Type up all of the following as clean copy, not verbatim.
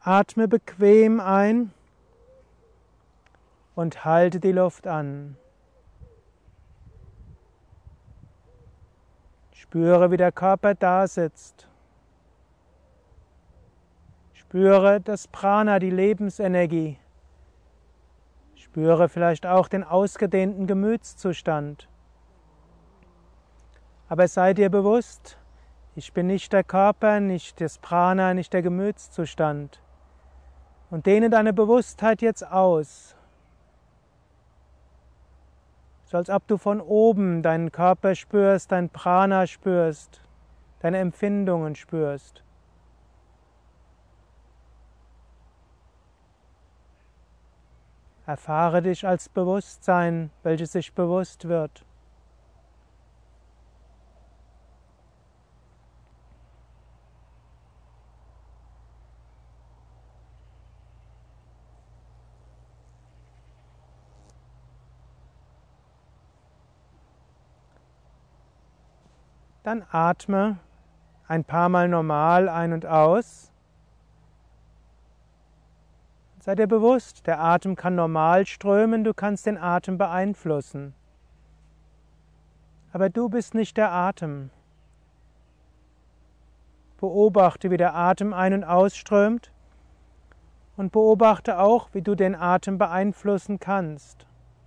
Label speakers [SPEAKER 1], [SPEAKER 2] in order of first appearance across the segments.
[SPEAKER 1] Atme bequem ein und halte die Luft an. Spüre, wie der Körper da sitzt. Spüre das Prana, die Lebensenergie. Spüre vielleicht auch den ausgedehnten Gemütszustand. Aber sei dir bewusst, ich bin nicht der Körper, nicht das Prana, nicht der Gemütszustand. Und dehne deine Bewusstheit jetzt aus. So als ob du von oben deinen Körper spürst, dein Prana spürst, deine Empfindungen spürst. Erfahre dich als Bewusstsein, welches sich bewusst wird. Dann atme ein paar Mal normal ein und aus. Sei dir bewusst, der Atem kann normal strömen, du kannst den Atem beeinflussen. Aber du bist nicht der Atem. Beobachte, wie der Atem ein- und ausströmt und beobachte auch, wie du den Atem beeinflussen kannst.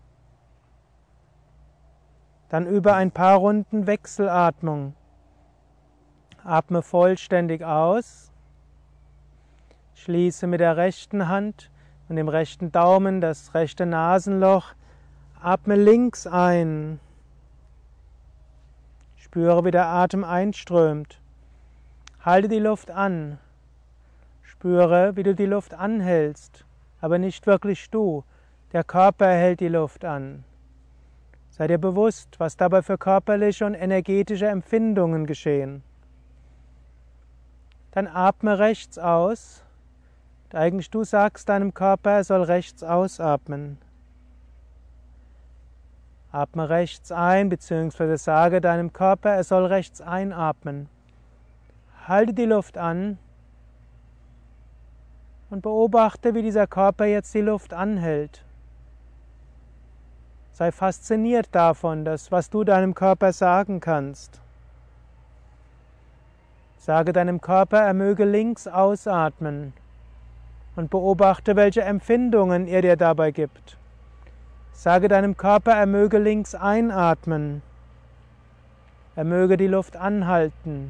[SPEAKER 1] Dann übe ein paar Runden Wechselatmung. Atme vollständig aus. Schließe mit der rechten Hand und dem rechten Daumen das rechte Nasenloch. Atme links ein. Spüre, wie der Atem einströmt. Halte die Luft an. Spüre, wie du die Luft anhältst, aber nicht wirklich du. Der Körper hält die Luft an. Sei dir bewusst, was dabei für körperliche und energetische Empfindungen geschehen. Dann atme rechts aus. Und eigentlich du sagst deinem Körper, er soll rechts ausatmen. Atme rechts ein, beziehungsweise sage deinem Körper, er soll rechts einatmen. Halte die Luft an und beobachte, wie dieser Körper jetzt die Luft anhält. Sei fasziniert davon, was du deinem Körper sagen kannst. Sage deinem Körper, er möge links ausatmen und beobachte, welche Empfindungen er dir dabei gibt. Sage deinem Körper, er möge links einatmen. Er möge die Luft anhalten.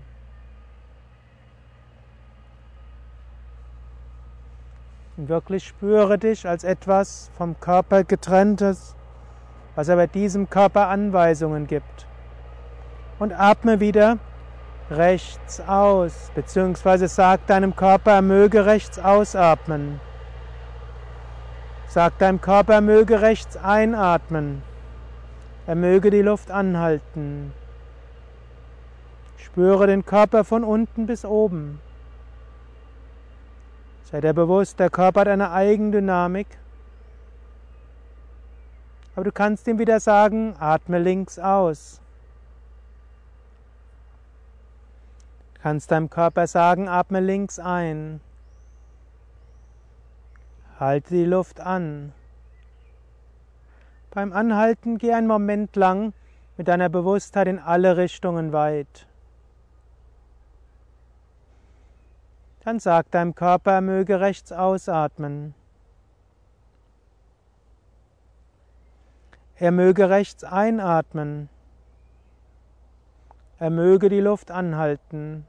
[SPEAKER 1] Und wirklich spüre dich als etwas vom Körper getrenntes, was aber diesem Körper Anweisungen gibt. Und atme wieder rechts aus, beziehungsweise sag deinem Körper, er möge rechts ausatmen. Sag deinem Körper, er möge rechts einatmen. Er möge die Luft anhalten. Spüre den Körper von unten bis oben. Sei dir bewusst, der Körper hat eine Eigendynamik. Aber du kannst ihm wieder sagen, atme links aus. Du kannst deinem Körper sagen, atme links ein. Halte die Luft an. Beim Anhalten geh einen Moment lang mit deiner Bewusstheit in alle Richtungen weit. Dann sag deinem Körper, er möge rechts ausatmen. Er möge rechts einatmen. Er möge die Luft anhalten.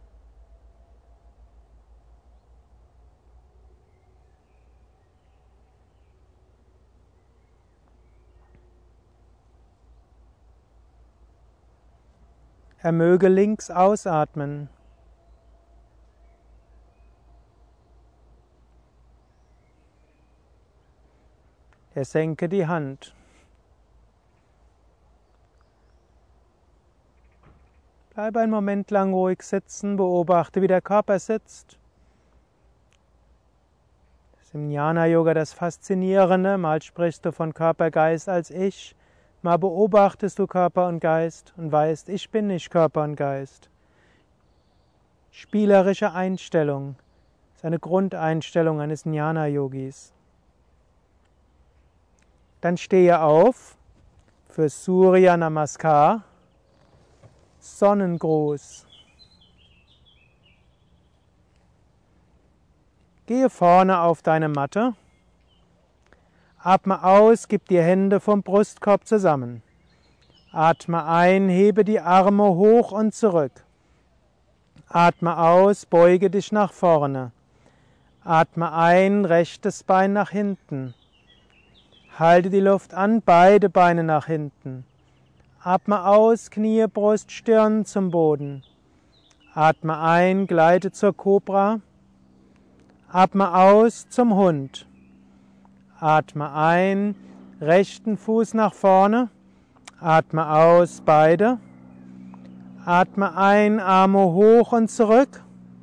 [SPEAKER 1] Er möge links ausatmen. Er senke die Hand. Bleibe einen Moment lang ruhig sitzen, beobachte, wie der Körper sitzt. Das ist im Jnana-Yoga das Faszinierende. Mal sprichst du von Körper, Geist als Ich, mal beobachtest du Körper und Geist und weißt, ich bin nicht Körper und Geist. Spielerische Einstellung. Das ist eine Grundeinstellung eines Jnana-Yogis. Dann stehe auf für Surya Namaskar, Sonnengruß. Gehe vorne auf deine Matte. Atme aus, gib die Hände vom Brustkorb zusammen. Atme ein, hebe die Arme hoch und zurück. Atme aus, beuge dich nach vorne. Atme ein, rechtes Bein nach hinten. Halte die Luft an, beide Beine nach hinten. Atme aus, Knie, Brust, Stirn zum Boden. Atme ein, gleite zur Kobra. Atme aus zum Hund. Atme ein, rechten Fuß nach vorne. Atme aus, beide. Atme ein, Arme hoch und zurück.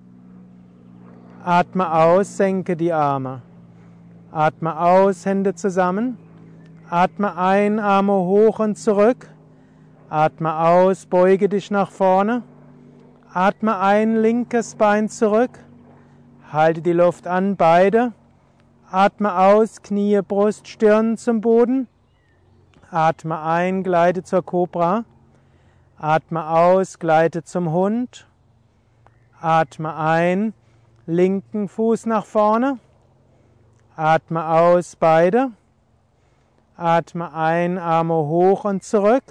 [SPEAKER 1] Atme aus, senke die Arme. Atme aus, Hände zusammen. Atme ein, Arme hoch und zurück. Atme aus, beuge dich nach vorne. Atme ein, linkes Bein zurück. Halte die Luft an, beide. Atme aus, Knie, Brust, Stirn zum Boden. Atme ein, gleite zur Kobra. Atme aus, gleite zum Hund. Atme ein, linken Fuß nach vorne. Atme aus, beide. Atme ein, Arme hoch und zurück.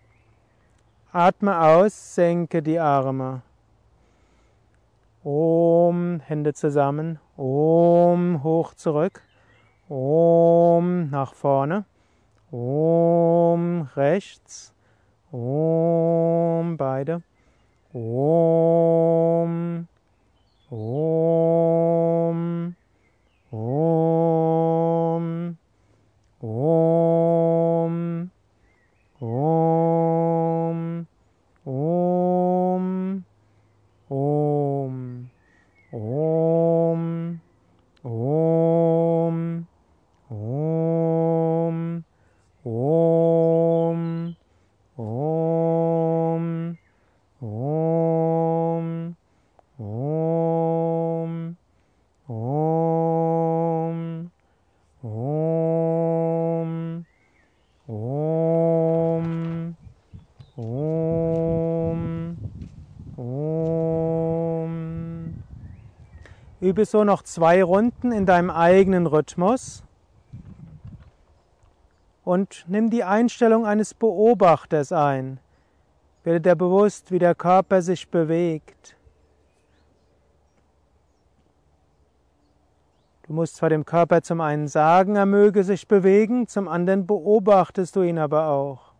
[SPEAKER 1] Atme aus, senke die Arme. Om, Hände zusammen. Om, hoch zurück. Om, nach vorne. Om, rechts. Om, beide. Om, Om, Om, Om, Om, Om, Om, Om, Om, Om, Om, Om, Om, Om, Om, Om, Om, Om, Om. Übe so noch 2 Runden in deinem eigenen Rhythmus und nimm die Einstellung eines Beobachters ein. Werde dir bewusst, wie der Körper sich bewegt. Du musst zwar dem Körper zum einen sagen, er möge sich bewegen, zum anderen beobachtest du ihn aber auch.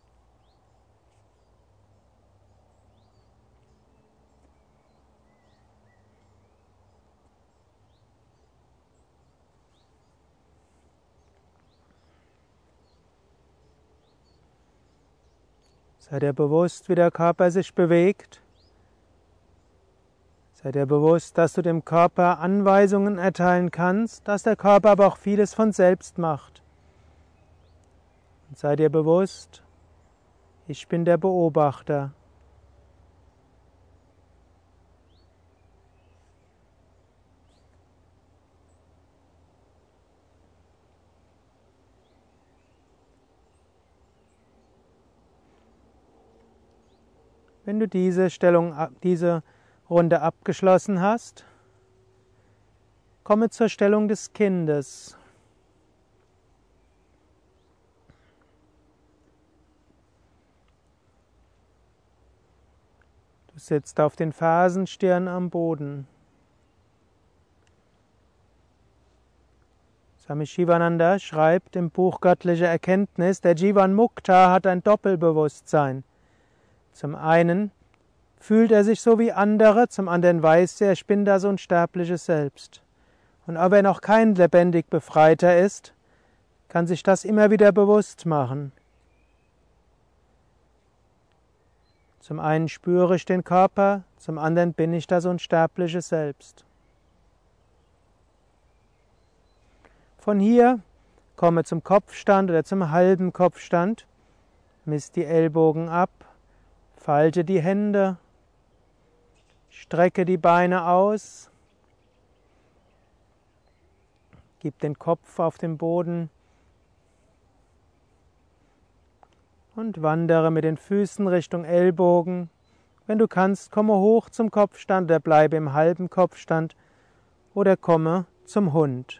[SPEAKER 1] Sei dir bewusst, wie der Körper sich bewegt. Sei dir bewusst, dass du dem Körper Anweisungen erteilen kannst, dass der Körper aber auch vieles von selbst macht. Und sei dir bewusst, ich bin der Beobachter. Wenn du diese Runde abgeschlossen hast, komme zur Stellung des Kindes. Du sitzt auf den Fersen, Stirn am Boden. Swami Shivananda schreibt im Buch Göttliche Erkenntnis, der Jivan Mukta hat ein Doppelbewusstsein. Zum einen fühlt er sich so wie andere, zum anderen weiß er, ich bin das unsterbliche Selbst. Und auch wenn er noch kein lebendig Befreiter ist, kann sich das immer wieder bewusst machen. Zum einen spüre ich den Körper, zum anderen bin ich das unsterbliche Selbst. Von hier komme zum Kopfstand oder zum halben Kopfstand, misst die Ellbogen ab, falte die Hände, strecke die Beine aus, Gib den Kopf auf den Boden und wandere mit den Füßen Richtung Ellbogen. Wenn du kannst, komme hoch zum Kopfstand oder bleibe im halben Kopfstand oder komme zum Hund.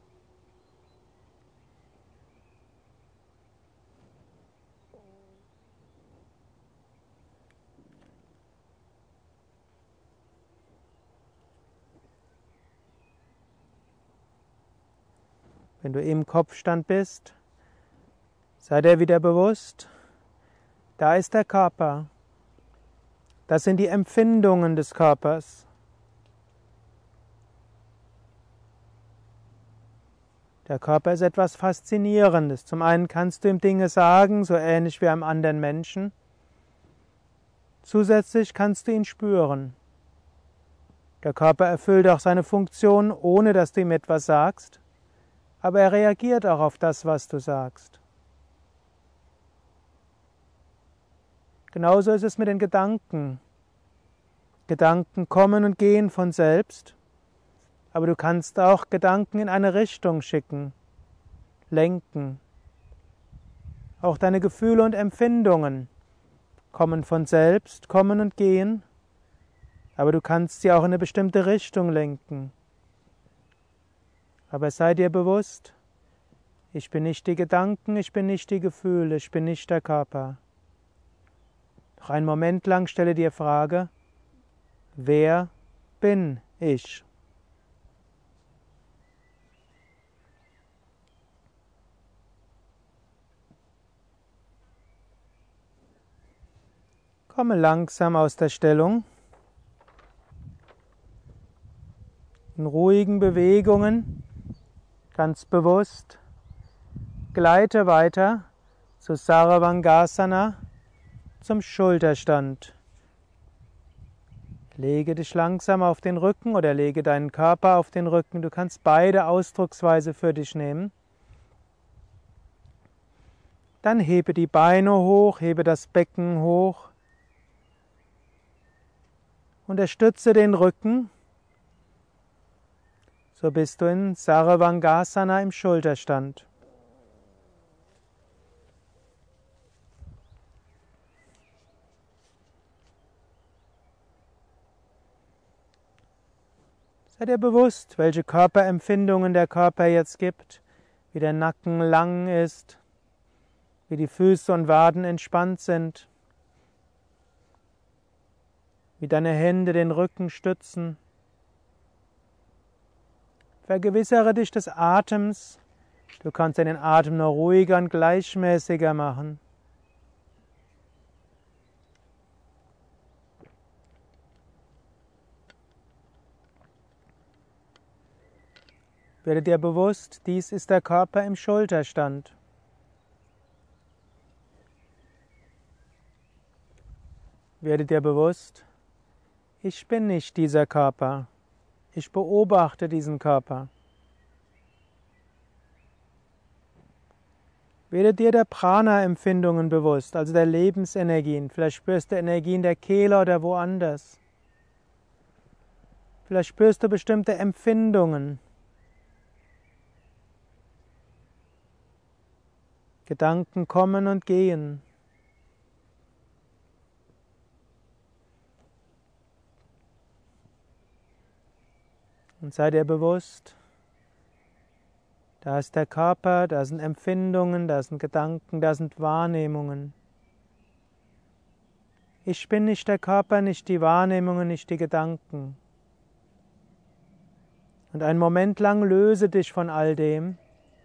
[SPEAKER 1] Wenn du im Kopfstand bist, sei dir wieder bewusst, da ist der Körper. Das sind die Empfindungen des Körpers. Der Körper ist etwas Faszinierendes. Zum einen kannst du ihm Dinge sagen, so ähnlich wie einem anderen Menschen. Zusätzlich kannst du ihn spüren. Der Körper erfüllt auch seine Funktion, ohne dass du ihm etwas sagst, aber er reagiert auch auf das, was du sagst. Genauso ist es mit den Gedanken. Gedanken kommen und gehen von selbst, aber du kannst auch Gedanken in eine Richtung schicken, lenken. Auch deine Gefühle und Empfindungen kommen von selbst, kommen und gehen, aber du kannst sie auch in eine bestimmte Richtung lenken. Aber sei dir bewusst, ich bin nicht die Gedanken, ich bin nicht die Gefühle, ich bin nicht der Körper. Noch einen Moment lang stelle dir die Frage, wer bin ich? Komme langsam aus der Stellung. In ruhigen Bewegungen, ganz bewusst, gleite weiter zu Sarvangasana, zum Schulterstand. Lege dich langsam auf den Rücken oder lege deinen Körper auf den Rücken. Du kannst beide Ausdrucksweise für dich nehmen. Dann hebe die Beine hoch, hebe das Becken hoch. Unterstütze den Rücken. So bist du in Sarvangasana im Schulterstand. Sei dir bewusst, welche Körperempfindungen der Körper jetzt gibt, wie der Nacken lang ist, wie die Füße und Waden entspannt sind, wie deine Hände den Rücken stützen. Vergewissere dich des Atems. Du kannst den Atem noch ruhiger und gleichmäßiger machen. Werde dir bewusst, dies ist der Körper im Schulterstand. Werde dir bewusst, ich bin nicht dieser Körper. Ich beobachte diesen Körper. Werde dir der Prana-Empfindungen bewusst, also der Lebensenergien. Vielleicht spürst du Energien der Kehle oder woanders. Vielleicht spürst du bestimmte Empfindungen. Gedanken kommen und gehen. Und sei dir bewusst, da ist der Körper, da sind Empfindungen, da sind Gedanken, da sind Wahrnehmungen. Ich bin nicht der Körper, nicht die Wahrnehmungen, nicht die Gedanken. Und einen Moment lang löse dich von all dem.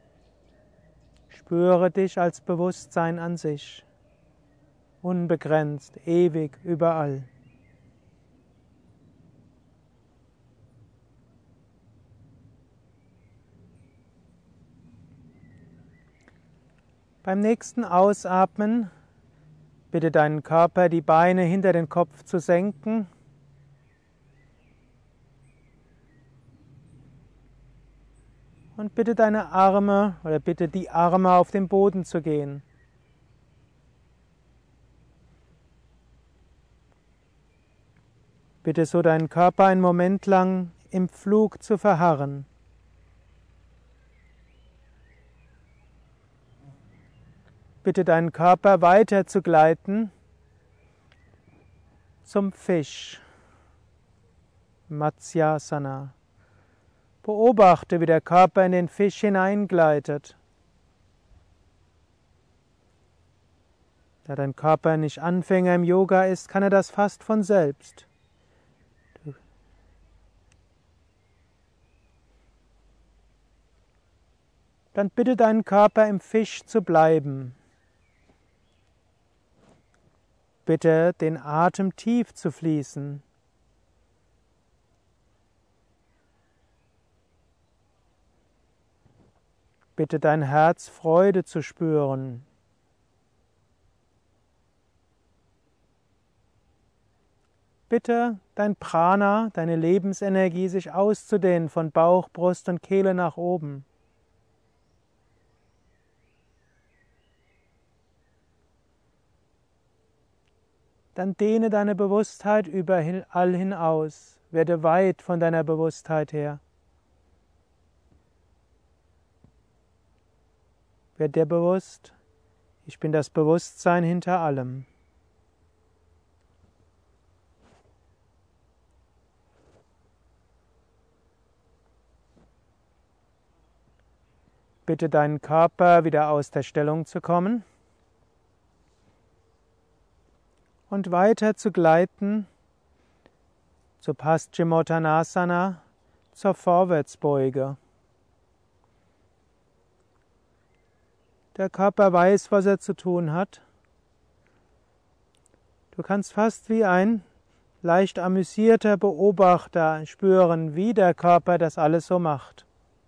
[SPEAKER 1] Spüre dich als Bewusstsein an sich, unbegrenzt, ewig, überall. Beim nächsten Ausatmen bitte deinen Körper, die Beine hinter den Kopf zu senken. Und bitte deine Arme oder bitte die Arme auf den Boden zu gehen. Bitte so deinen Körper einen Moment lang im Flug zu verharren. Bitte deinen Körper weiter zu gleiten zum Fisch, Matsyasana. Beobachte, wie der Körper in den Fisch hineingleitet. Da dein Körper nicht Anfänger im Yoga ist, kann er das fast von selbst. Dann bitte deinen Körper im Fisch zu bleiben. Bitte den Atem tief zu fließen. Bitte dein Herz Freude zu spüren. Bitte dein Prana, deine Lebensenergie sich auszudehnen von Bauch, Brust und Kehle nach oben. Dann dehne deine Bewusstheit überall hinaus. Werde weit von deiner Bewusstheit her. Werd dir bewusst, ich bin das Bewusstsein hinter allem. Bitte deinen Körper wieder aus der Stellung zu kommen und weiter zu gleiten zu Paschimottanasana, zur Vorwärtsbeuge. Der Körper weiß, was er zu tun hat. Du kannst fast wie ein leicht amüsierter Beobachter spüren, wie der Körper das alles so macht.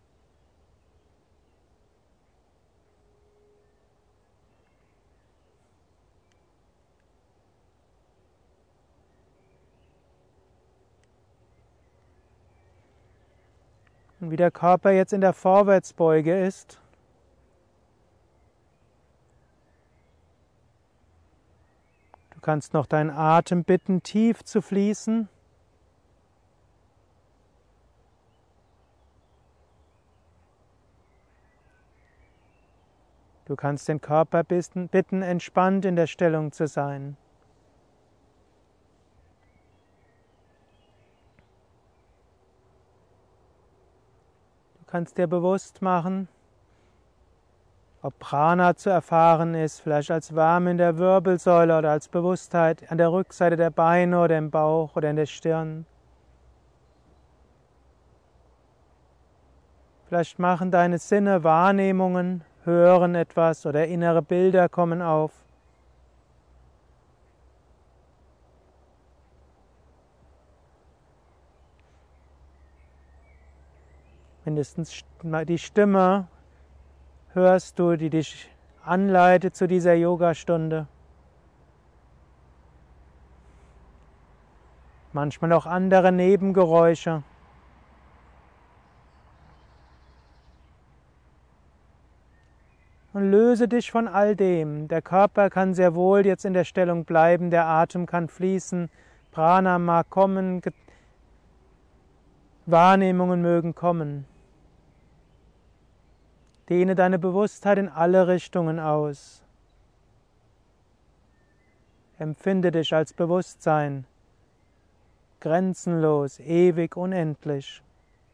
[SPEAKER 1] Und wie der Körper jetzt in der Vorwärtsbeuge ist. Du kannst noch deinen Atem bitten, tief zu fließen. Du kannst den Körper bitten, entspannt in der Stellung zu sein. Du kannst dir bewusst machen, ob Prana zu erfahren ist, vielleicht als Wärme in der Wirbelsäule oder als Bewusstheit an der Rückseite der Beine oder im Bauch oder in der Stirn. Vielleicht machen deine Sinne Wahrnehmungen, hören etwas oder innere Bilder kommen auf. Mindestens die Stimme hörst du, die dich anleitet zu dieser Yogastunde. Manchmal auch andere Nebengeräusche. Und löse dich von all dem. Der Körper kann sehr wohl jetzt in der Stellung bleiben, der Atem kann fließen, Prana mag kommen, Wahrnehmungen mögen kommen. Dehne deine Bewusstheit in alle Richtungen aus. Empfinde dich als Bewusstsein, grenzenlos, ewig, unendlich.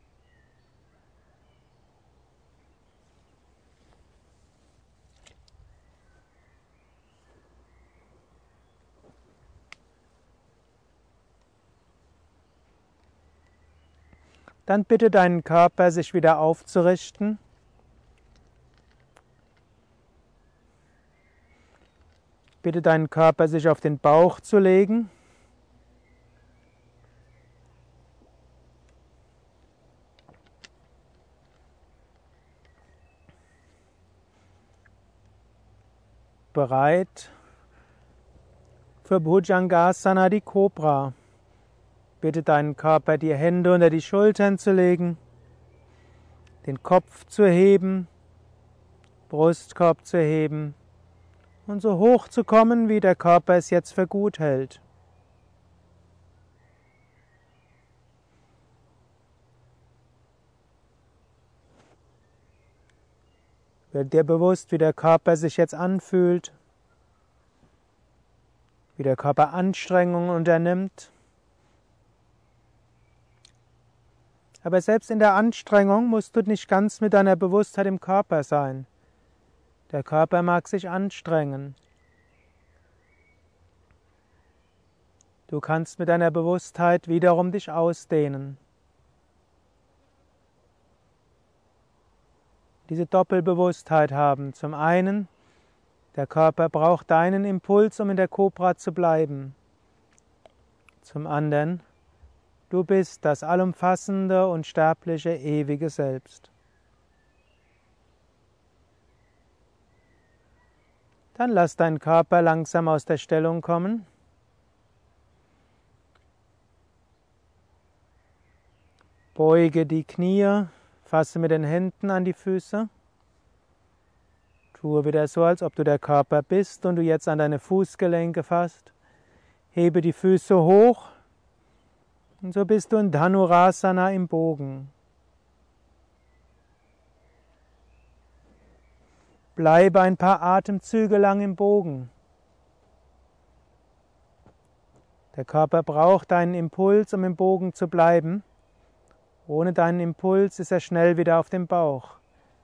[SPEAKER 1] Dann bitte deinen Körper, sich wieder aufzurichten. Bitte deinen Körper, sich auf den Bauch zu legen. Bereit für Bhujangasana, die Kobra. Bitte deinen Körper, die Hände unter die Schultern zu legen, den Kopf zu heben, Brustkorb zu heben und so hoch zu kommen, wie der Körper es jetzt für gut hält. Werd dir bewusst, wie der Körper sich jetzt anfühlt, wie der Körper Anstrengungen unternimmt. Aber selbst in der Anstrengung musst du nicht ganz mit deiner Bewusstheit im Körper sein. Der Körper mag sich anstrengen. Du kannst mit deiner Bewusstheit wiederum dich ausdehnen. Diese Doppelbewusstheit haben. Zum einen, der Körper braucht deinen Impuls, um in der Kobra zu bleiben. Zum anderen, du bist das allumfassende, unsterbliche, ewige Selbst. Dann lass deinen Körper langsam aus der Stellung kommen. Beuge die Knie, fasse mit den Händen an die Füße. Tue wieder so, als ob du der Körper bist und du jetzt an deine Fußgelenke fasst. Hebe die Füße hoch und so bist du in Dhanurasana im Bogen. Bleibe ein paar Atemzüge lang im Bogen. Der Körper braucht deinen Impuls, um im Bogen zu bleiben. Ohne deinen Impuls ist er schnell wieder auf dem Bauch.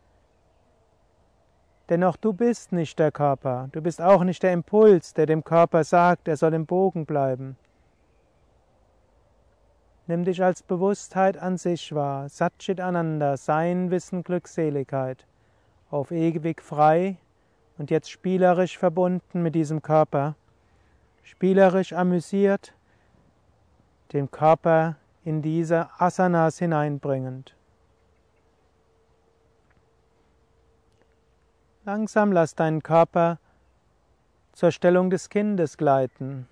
[SPEAKER 1] Dennoch du bist nicht der Körper, du bist auch nicht der Impuls, der dem Körper sagt, er soll im Bogen bleiben. Nimm dich als Bewusstheit an sich wahr, Satchit Ananda, Sein, Wissen, Glückseligkeit, auf ewig frei und jetzt spielerisch verbunden mit diesem Körper, spielerisch amüsiert, dem Körper in diese Asanas hineinbringend. Langsam lass deinen Körper zur Stellung des Kindes gleiten.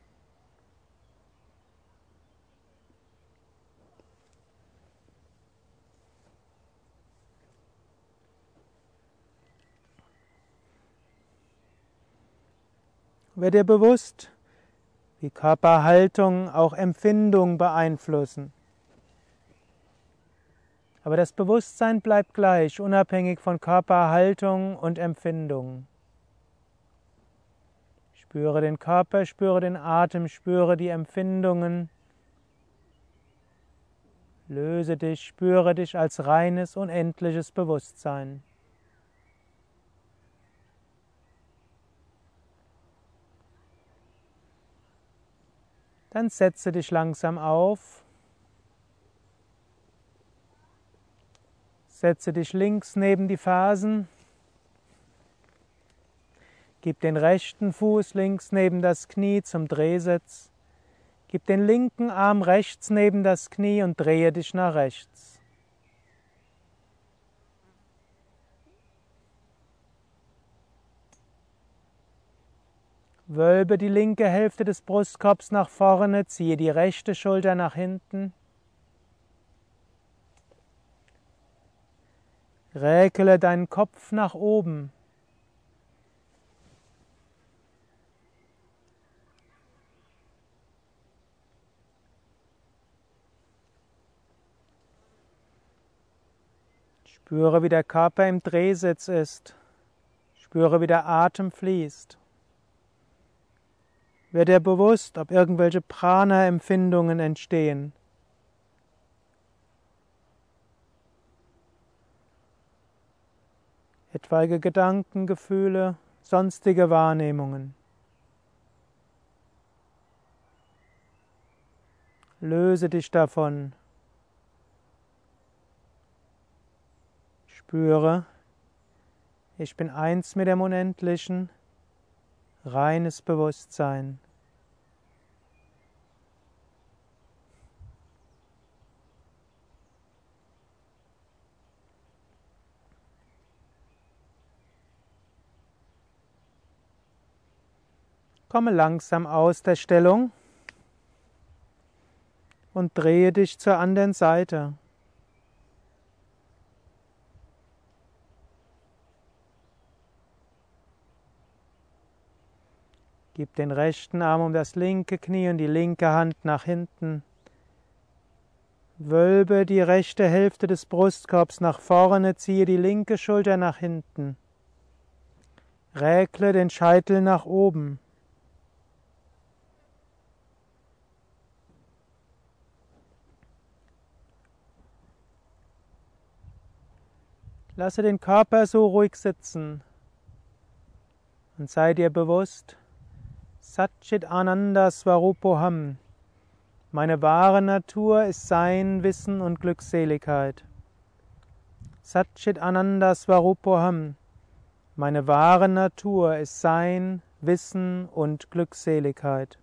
[SPEAKER 1] Werde dir bewusst, wie Körperhaltung auch Empfindung beeinflussen. Aber das Bewusstsein bleibt gleich, unabhängig von Körperhaltung und Empfindung. Spüre den Körper, spüre den Atem, spüre die Empfindungen. Löse dich, spüre dich als reines, unendliches Bewusstsein. Dann setze dich langsam auf. Setze dich links neben die Fersen. Gib den rechten Fuß links neben das Knie zum Drehsitz. Gib den linken Arm rechts neben das Knie und drehe dich nach rechts. Wölbe die linke Hälfte des Brustkorbs nach vorne, ziehe die rechte Schulter nach hinten. Räkele deinen Kopf nach oben. Spüre, wie der Körper im Drehsitz ist. Spüre, wie der Atem fließt. Werde dir bewusst, ob irgendwelche Prana-Empfindungen entstehen. Etwaige Gedanken, Gefühle, sonstige Wahrnehmungen. Löse dich davon. Spüre, ich bin eins mit dem Unendlichen, reines Bewusstsein. Komme langsam aus der Stellung und drehe dich zur anderen Seite. Gib den rechten Arm um das linke Knie und die linke Hand nach hinten. Wölbe die rechte Hälfte des Brustkorbs nach vorne, ziehe die linke Schulter nach hinten. Räkle den Scheitel nach oben. Lasse den Körper so ruhig sitzen und sei dir bewusst, Satchit Ananda Swarupoham. Meine wahre Natur ist Sein, Wissen und Glückseligkeit. Satchit Ananda Swarupoham. Meine wahre Natur ist Sein, Wissen und Glückseligkeit.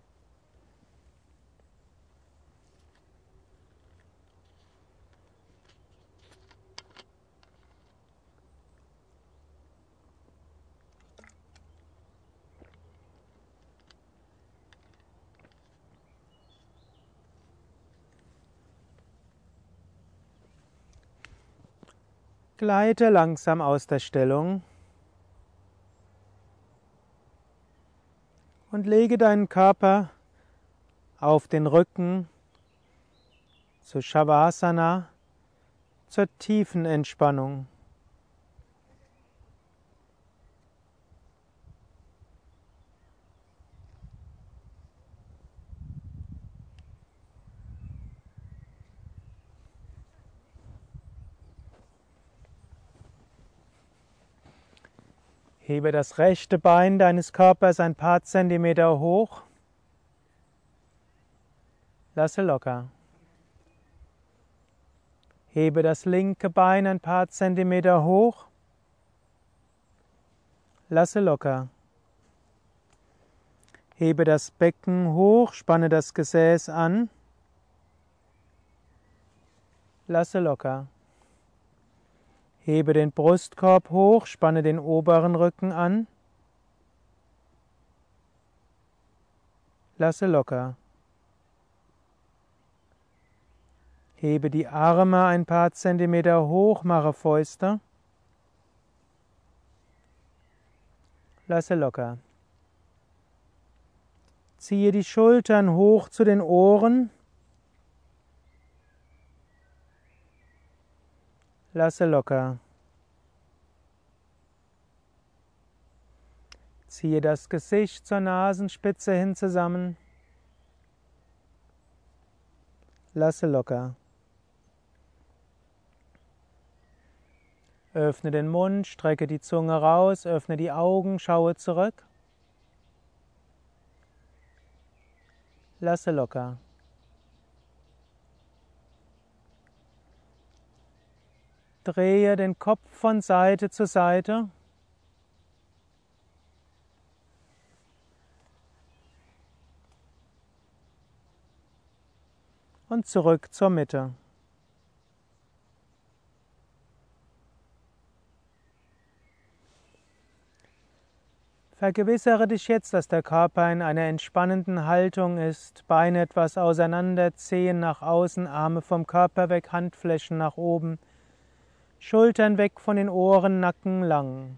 [SPEAKER 1] Gleite langsam aus der Stellung und lege deinen Körper auf den Rücken zu Shavasana, zur tiefen Entspannung. Hebe das rechte Bein deines Körpers ein paar Zentimeter hoch. Lasse locker. Hebe das linke Bein ein paar Zentimeter hoch. Lasse locker. Hebe das Becken hoch, spanne das Gesäß an. Lasse locker. Hebe den Brustkorb hoch, spanne den oberen Rücken an. Lasse locker. Hebe die Arme ein paar Zentimeter hoch, mache Fäuste. Lasse locker. Ziehe die Schultern hoch zu den Ohren. Lasse locker. Ziehe das Gesicht zur Nasenspitze hin zusammen. Lasse locker. Öffne den Mund, strecke die Zunge raus, öffne die Augen, schaue zurück. Lasse locker. Drehe den Kopf von Seite zu Seite. Und zurück zur Mitte. Vergewissere dich jetzt, dass der Körper in einer entspannenden Haltung ist, Beine etwas auseinander, Zehen nach außen, Arme vom Körper weg, Handflächen nach oben, Schultern weg von den Ohren, Nacken lang.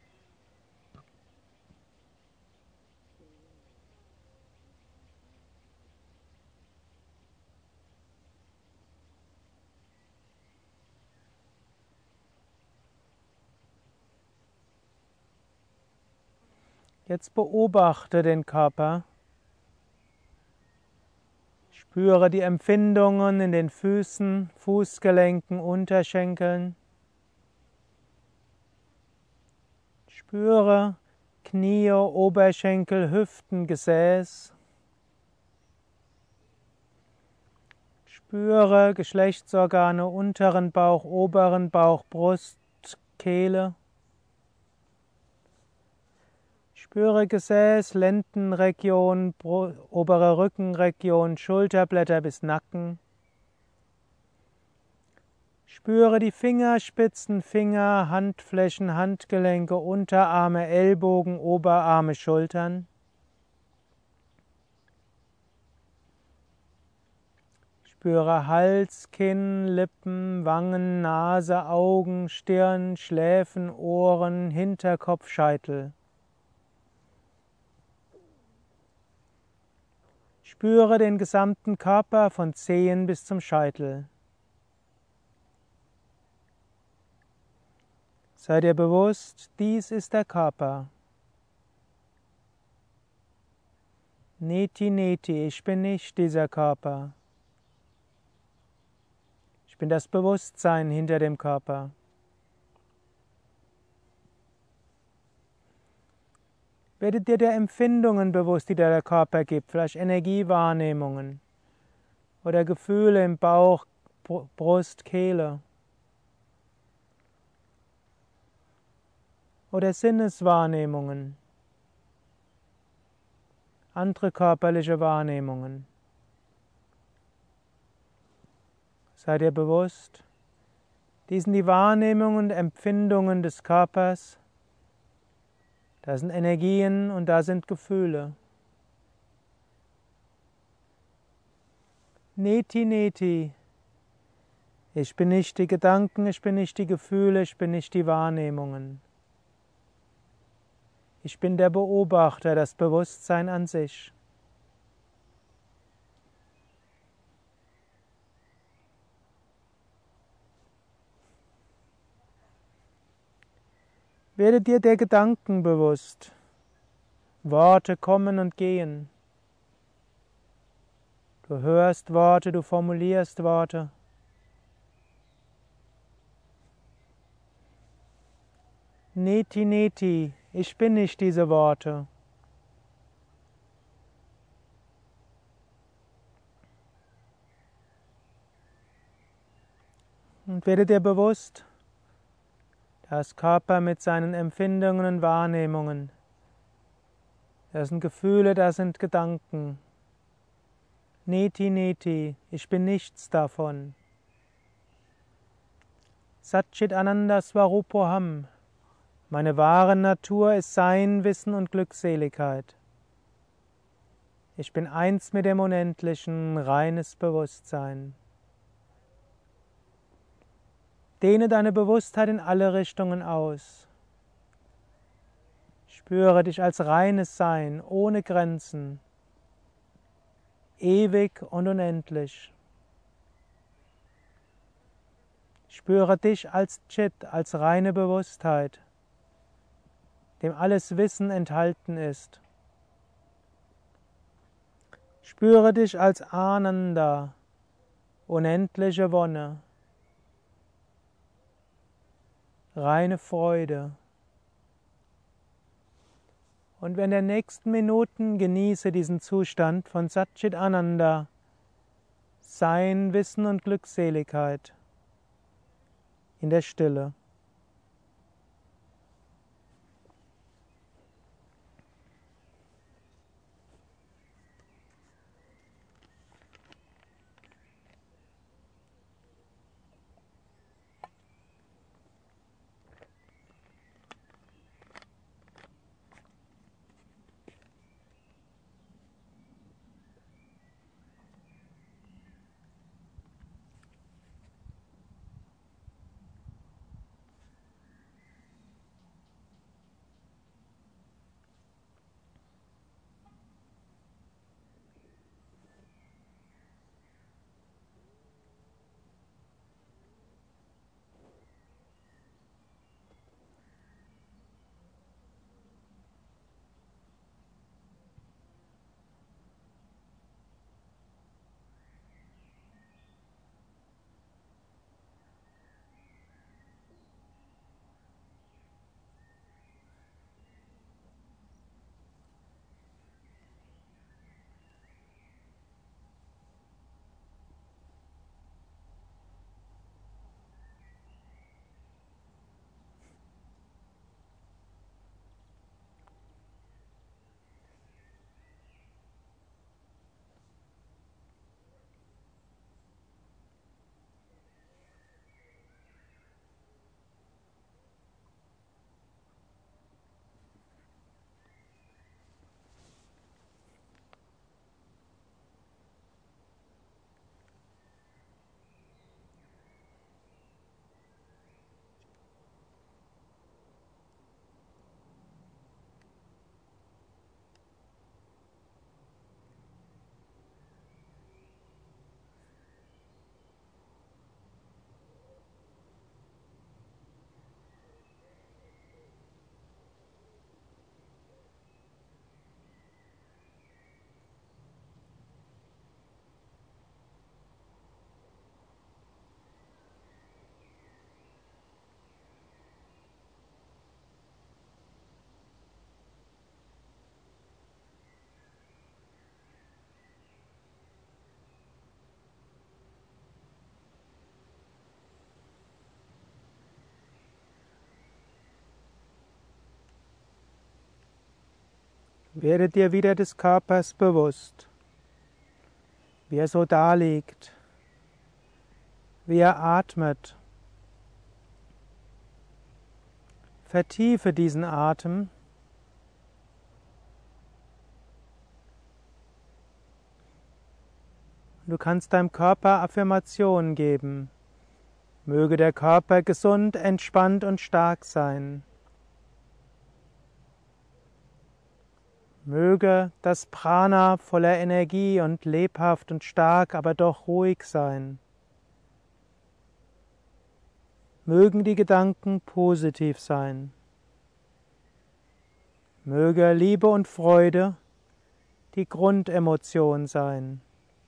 [SPEAKER 1] Jetzt beobachte den Körper. Spüre die Empfindungen in den Füßen, Fußgelenken, Unterschenkeln. Spüre Knie, Oberschenkel, Hüften, Gesäß. Spüre Geschlechtsorgane, unteren Bauch, oberen Bauch, Brust, Kehle. Spüre Gesäß, Lendenregion, obere Rückenregion, Schulterblätter bis Nacken. Spüre die Fingerspitzen, Finger, Handflächen, Handgelenke, Unterarme, Ellbogen, Oberarme, Schultern. Spüre Hals, Kinn, Lippen, Wangen, Nase, Augen, Stirn, Schläfen, Ohren, Hinterkopf, Scheitel. Spüre den gesamten Körper von Zehen bis zum Scheitel. Sei dir bewusst, dies ist der Körper. Neti Neti, ich bin nicht dieser Körper. Ich bin das Bewusstsein hinter dem Körper. Werde dir der Empfindungen bewusst, die dir der Körper gibt, vielleicht Energiewahrnehmungen oder Gefühle im Bauch, Brust, Kehle oder Sinneswahrnehmungen, andere körperliche Wahrnehmungen. Sei dir bewusst, dies sind die Wahrnehmungen und Empfindungen des Körpers. Da sind Energien und da sind Gefühle. Neti Neti. Ich bin nicht die Gedanken, ich bin nicht die Gefühle, ich bin nicht die Wahrnehmungen. Ich bin der Beobachter, das Bewusstsein an sich. Werde dir der Gedanken bewusst. Worte kommen und gehen. Du hörst Worte, du formulierst Worte. Neti Neti, ich bin nicht diese Worte. Und werde dir bewusst, das Körper mit seinen Empfindungen und Wahrnehmungen. Das sind Gefühle, das sind Gedanken. Neti Neti, ich bin nichts davon. Satchit Ananda Swarupoham. Meine wahre Natur ist Sein, Wissen und Glückseligkeit. Ich bin eins mit dem Unendlichen, reines Bewusstsein. Dehne deine Bewusstheit in alle Richtungen aus. Spüre dich als reines Sein, ohne Grenzen, ewig und unendlich. Spüre dich als Chit, als reine Bewusstheit, dem alles Wissen enthalten ist. Spüre dich als Ananda, unendliche Wonne, reine Freude. Und in den nächsten Minuten genieße diesen Zustand von Satchit Ananda, Sein, Wissen und Glückseligkeit in der Stille. Werde dir wieder des Körpers bewusst, wie er so daliegt, wie er atmet. Vertiefe diesen Atem. Du kannst deinem Körper Affirmationen geben. Möge der Körper gesund, entspannt und stark sein. Möge das Prana voller Energie und lebhaft und stark, aber doch ruhig sein. Mögen die Gedanken positiv sein. Möge Liebe und Freude die Grundemotion sein.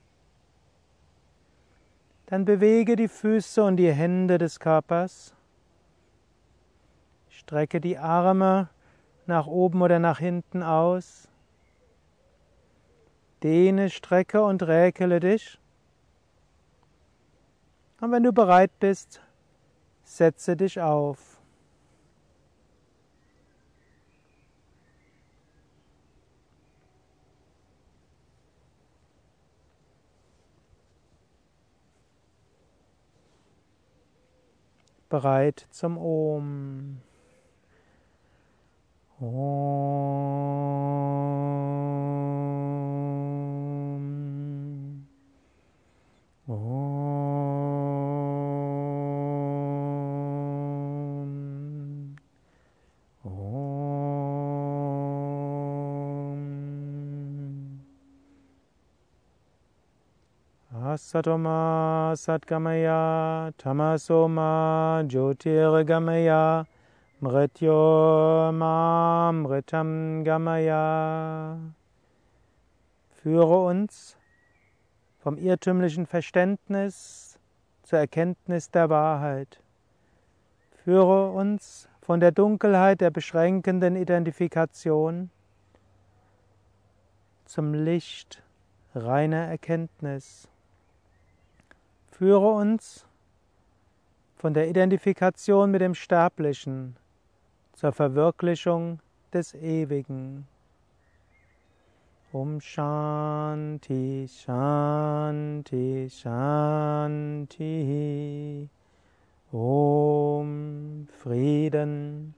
[SPEAKER 1] Dann bewege die Füße und die Hände des Körpers. Strecke die Arme nach oben oder nach hinten aus. Dehne, strecke und räkele dich. Und wenn du bereit bist, setze dich auf. Bereit zum Om. Om. Om. Om. Asatoma Satgamaya Tamasoma Jyotirgamaya Mrityoma Mritam Gamaya. Führe uns vom irrtümlichen Verständnis zur Erkenntnis der Wahrheit. Führe uns von der Dunkelheit der beschränkenden Identifikation zum Licht reiner Erkenntnis. Führe uns von der Identifikation mit dem Sterblichen zur Verwirklichung des Ewigen. Om Shanti, Shanti, Shanti. Om Frieden,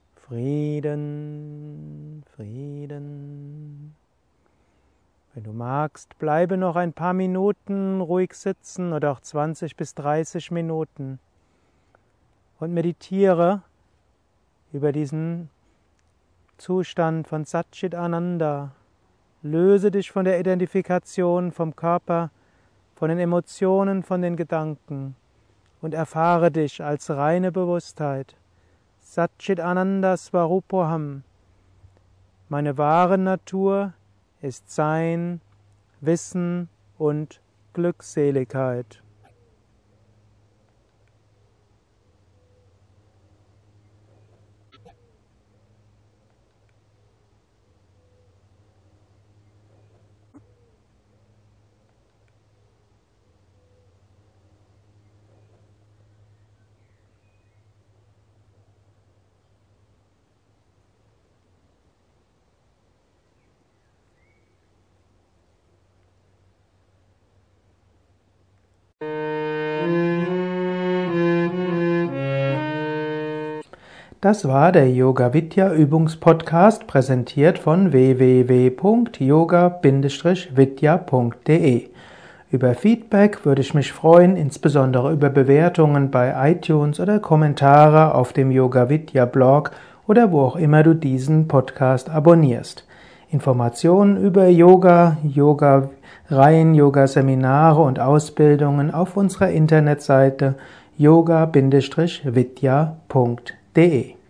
[SPEAKER 1] Frieden, Frieden. Wenn du magst, bleibe noch ein paar Minuten ruhig sitzen oder auch 20 bis 30 Minuten und meditiere über diesen Zustand von Satchit Ananda. Löse dich von der Identifikation vom Körper, von den Emotionen, von den Gedanken und erfahre dich als reine Bewusstheit. Satchit Ananda Swarupoham. Meine wahre Natur ist Sein, Wissen und Glückseligkeit. Das war der Yoga Vidya Übungspodcast, präsentiert von www.yoga-vidya.de. Über Feedback würde ich mich freuen, insbesondere über Bewertungen bei iTunes oder Kommentare auf dem Yoga Vidya Blog oder wo auch immer du diesen Podcast abonnierst. Informationen über Yoga, Yoga-Reihen, Yoga-Seminare und Ausbildungen auf unserer Internetseite yoga-vidya.de